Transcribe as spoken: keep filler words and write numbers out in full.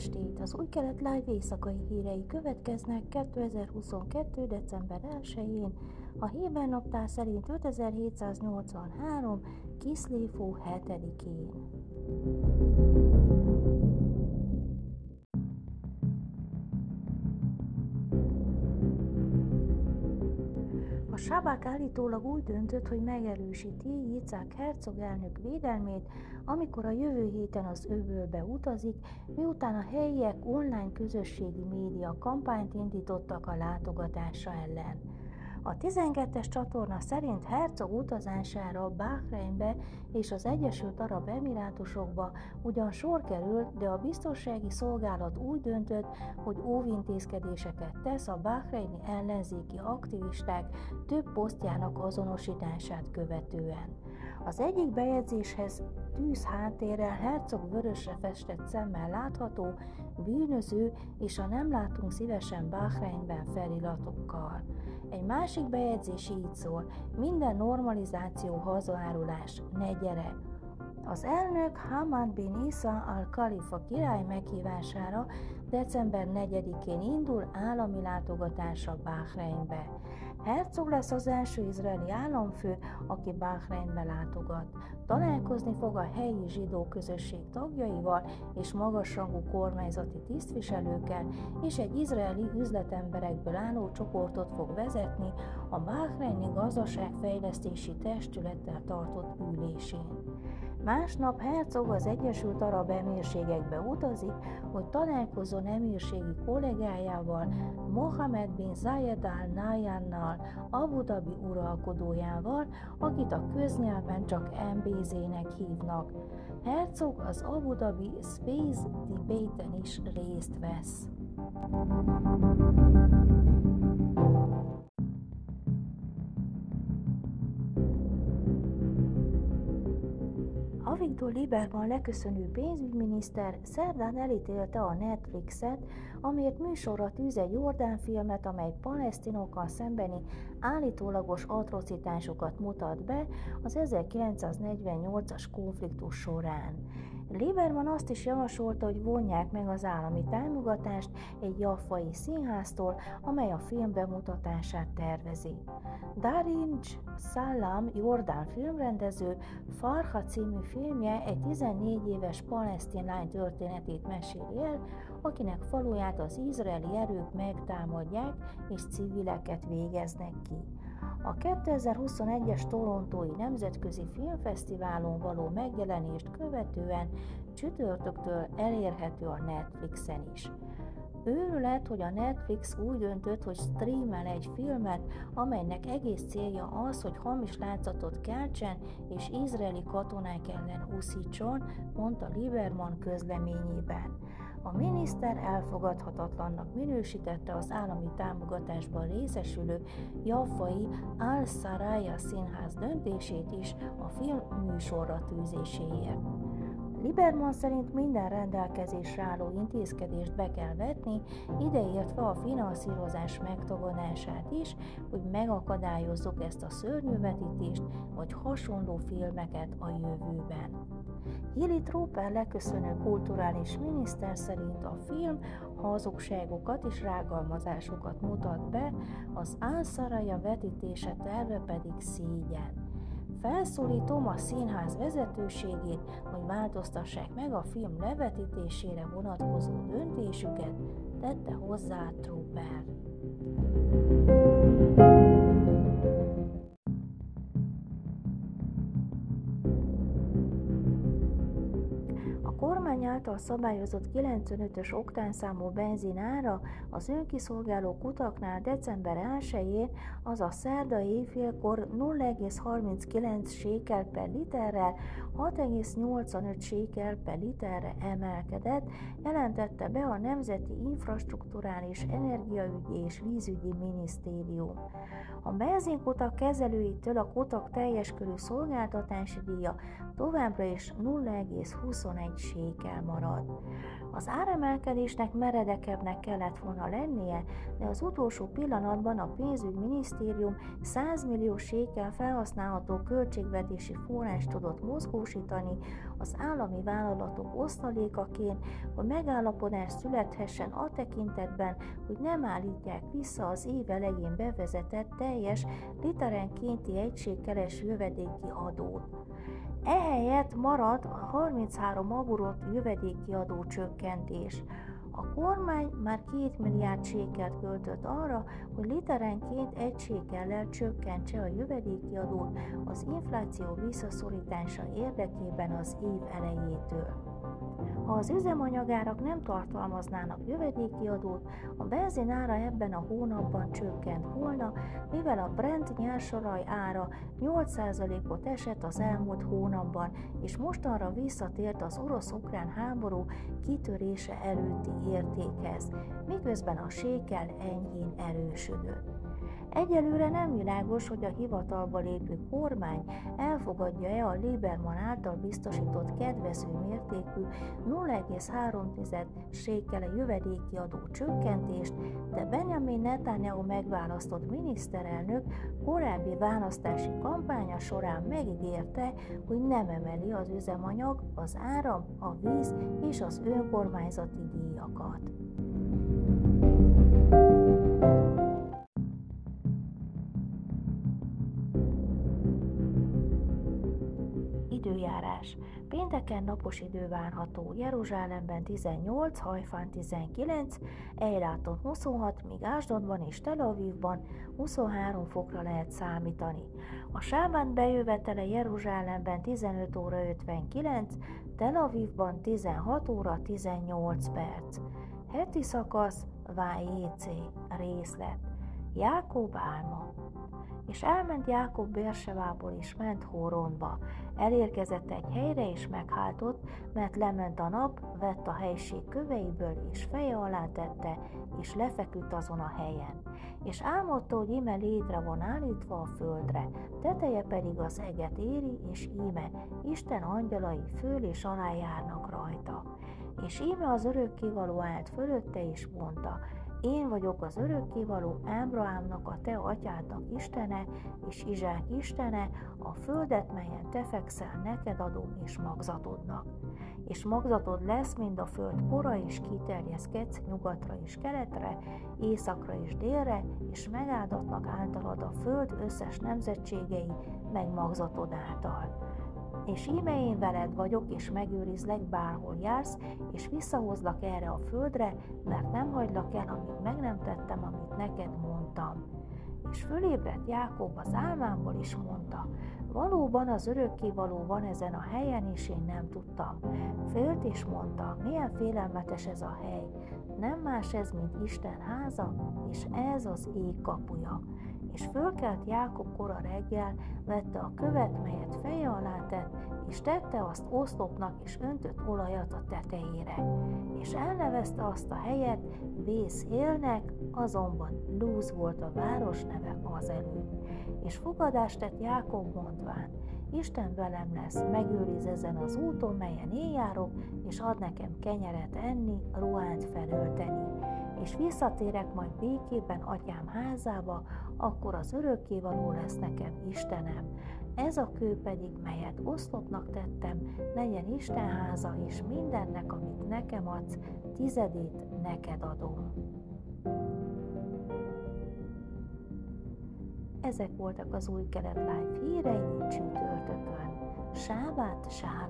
estét! Az Új Kelet Live éjszakai hírei következnek kétezer-huszonkettő. december elsején, a héber naptár szerint ötezer-hétszáznyolcvanhárom. Kiszlév hetedikén. A Sabak állítólag úgy döntött, hogy megerősíti Yitzhak Herzog elnök védelmét, amikor a jövő héten az öbölbe utazik, miután a helyiek online közösségi média kampányt indítottak a látogatása ellen. A tizenkettes csatorna szerint Herzog utazására Bahreinbe és az Egyesült Arab Emirátusokba ugyan sor kerül, de a biztonsági szolgálat úgy döntött, hogy óvintézkedéseket tesz a bahreini ellenzéki aktivisták több posztjának azonosítását követően. Az egyik bejegyzéshez tűz háttérrel Herzog vörösre festett szemmel látható, bűnöző és a nem látunk szívesen Bahreinben feliratokkal. Egy másik bejegyzés így szól: minden normalizáció hazaárulás, ne gyere! Az elnök Hamad bin Isa al-Khalifa király meghívására december negyedikén indul állami látogatásra Bahreinbe. Herzog lesz az első izraeli államfő, aki Bahreinbe látogat. Találkozni fog a helyi zsidó közösség tagjaival és magasrangú kormányzati tisztviselőkkel, és egy izraeli üzletemberekből álló csoportot fog vezetni a bahreini gazdaságfejlesztési testülettel tartott ülésén. Másnap Herzog az Egyesült Arab Emírségekbe utazik, hogy találkozzon emírségi kollégájával, Mohammed bin Zayed Al Nahyannal, Abu Dhabi uralkodójával, akit a köznyelven csak em bé zé-nek hívnak. Herzog az Abu Dhabi Space Debate-en is részt vesz. Avigdor Lieberman leköszönő pénzügyminiszter szerdán elítélte a Netflixet, amiért műsorra tűz egy Jordán filmet, amely palesztinokkal szembeni állítólagos atrocitásokat mutat be az ezerkilencszáznegyvennyolcas konfliktus során. Lieberman azt is javasolta, hogy vonják meg az állami támogatást egy jaffai színháztól, amely a film bemutatását tervezi. Darin Salam jordán filmrendező Farha című filmje egy tizennégy éves palesztin lány történetét meséli el, akinek faluját az izraeli erők megtámadják és civileket végeznek ki. A kétezer-huszonegyes torontói nemzetközi filmfesztiválon való megjelenést követően csütörtöktől elérhető a Netflixen is. Őrület, hogy a Netflix úgy döntött, hogy streamel egy filmet, amelynek egész célja az, hogy hamis látszatot keltsen és izraeli katonák ellen uszítson, mondta Lieberman közleményében. A miniszter elfogadhatatlannak minősítette az állami támogatásban részesülő jaffai Al-Saraya színház döntését is a film műsorra tűzéséért. Lieberman szerint minden rendelkezésre álló intézkedést be kell vetni, ideértve a finanszírozás megtagadását is, hogy megakadályozzuk ezt a szörnyűvetítést vagy hasonló filmeket a jövőben. Hilly Tróper leköszönő kulturális miniszter szerint a film hazugságokat és rágalmazásokat mutat be, az Al-Saraya vetítése terve pedig szégyen. Felszólítom a színház vezetőségét, hogy változtassák meg a film levetítésére vonatkozó döntésüket, tette hozzá Tróper. A kormány által szabályozott kilencvenötös oktánszámú benzin ára az önkiszolgáló kutaknál december elsején, azaz szerda éjfélkor nulla egész harminckilenc sékel per literrel hat egész nyolcvanöt sékel per literre emelkedett, jelentette be a Nemzeti Infrastrukturális Energiaügyi és Vízügyi Minisztérium. A benzinkutak kezelőitől a kutak teljes körű szolgáltatási díja továbbra is nulla egész huszonegy sékel marad. marad. Az áremelkedésnek meredekebbnek kellett volna lennie, de az utolsó pillanatban a pénzügyminisztérium száz millió sékel felhasználható költségvetési forrást tudott mozgósítani az állami vállalatok osztalékaként, hogy megállapodás születhessen a tekintetben, hogy nem állítják vissza az év elején bevezetett teljes literenkénti egységkeres jövedéki adót. Ehelyett marad a harminchárom agurott jövedéki adó csökkentés. A kormány már két milliárd sékelt költött arra, hogy literenként egy sékellel csökkentse a jövedéki adót az infláció visszaszorítása érdekében az év elejétől. Ha az üzemanyagárak nem tartalmaznának jövedéki adót, a benzin ára ebben a hónapban csökkent volna, mivel a Brent nyersolaj ára nyolc százalékot esett az elmúlt hónapban, és mostanra visszatért az orosz-ukrán háború kitörése előtti értékhez, miközben a sékel enyhén erősödött. Egyelőre nem világos, hogy a hivatalba lépő kormány elfogadja-e a Lieberman által biztosított kedvező mértékű nulla egész három sékele jövedéki adó csökkentést, de Benjamin Netanyahu megválasztott miniszterelnök korábbi választási kampánya során megígérte, hogy nem emeli az üzemanyag, az áram, a víz és az önkormányzati díjakat. Időjárás. Pénteken napos idő várható, Jeruzsálemben tizennyolc, Hajfán tizenkilenc, Eiláton huszonhat, míg Ásdodban és Tel Avivban huszonhárom fokra lehet számítani. A sábán bejövetele Jeruzsálemben tizenöt óra ötvenkilenc, Tel Avivban tizenhat óra tizennyolc perc. Heti szakasz, Vájécé, részlet. Jákob álma. És elment Jákob Bérsevából és ment Hóronba. Elérkezett egy helyre és megháltott, mert lement a nap, vett a helység köveiből és feje alá tette, és lefeküdt azon a helyen. És álmodta, hogy íme létre van állítva a földre, teteje pedig az eget éri, és íme Isten angyalai föl és alá járnak rajta. És íme az örökkévaló állt fölötte, és mondta: Én vagyok az örökkévaló, Ábrahámnak, a te atyádnak Istene, és Izsák Istene, a földet, melyen te fekszel, neked adom, és magzatodnak. És magzatod lesz, mind a föld pora, és kiterjeszkedsz nyugatra és keletre, északra és délre, és megáldatnak általad a föld összes nemzetségei, meg magzatod által. És íme én veled vagyok, és megőrizlek, bárhol jársz, és visszahozlak erre a földre, mert nem hagylak el, amíg meg nem tettem, amit neked mondtam. És fölébredt Jákob az álmámból, is mondta: Valóban az örökkévaló van ezen a helyen, és én nem tudtam. Félt és mondta: Milyen félelmetes ez a hely, nem más ez, mint Isten háza, és ez az ég kapuja. És fölkelt Jákob kora reggel, vette a követ, melyet feje alá tett, és tette azt oszlopnak, és öntött olajat a tetejére. És elnevezte azt a helyet Bész-élnek, azonban Lúz volt a város neve azelőtt. És fogadást tett Jákob mondván: Isten velem lesz, megőriz ezen az úton, melyen én járok, és ad nekem kenyeret enni, ruhát felölteni. És visszatérek majd békében atyám házába, akkor az örökkévaló lesz nekem Istenem. Ez a kő pedig, melyet oszlopnak tettem, legyen Isten háza, és mindennek, amit nekem adsz, tizedét neked adom. Ezek voltak az Új Kelet Live hírei csütörtökön. Sábát, sábát!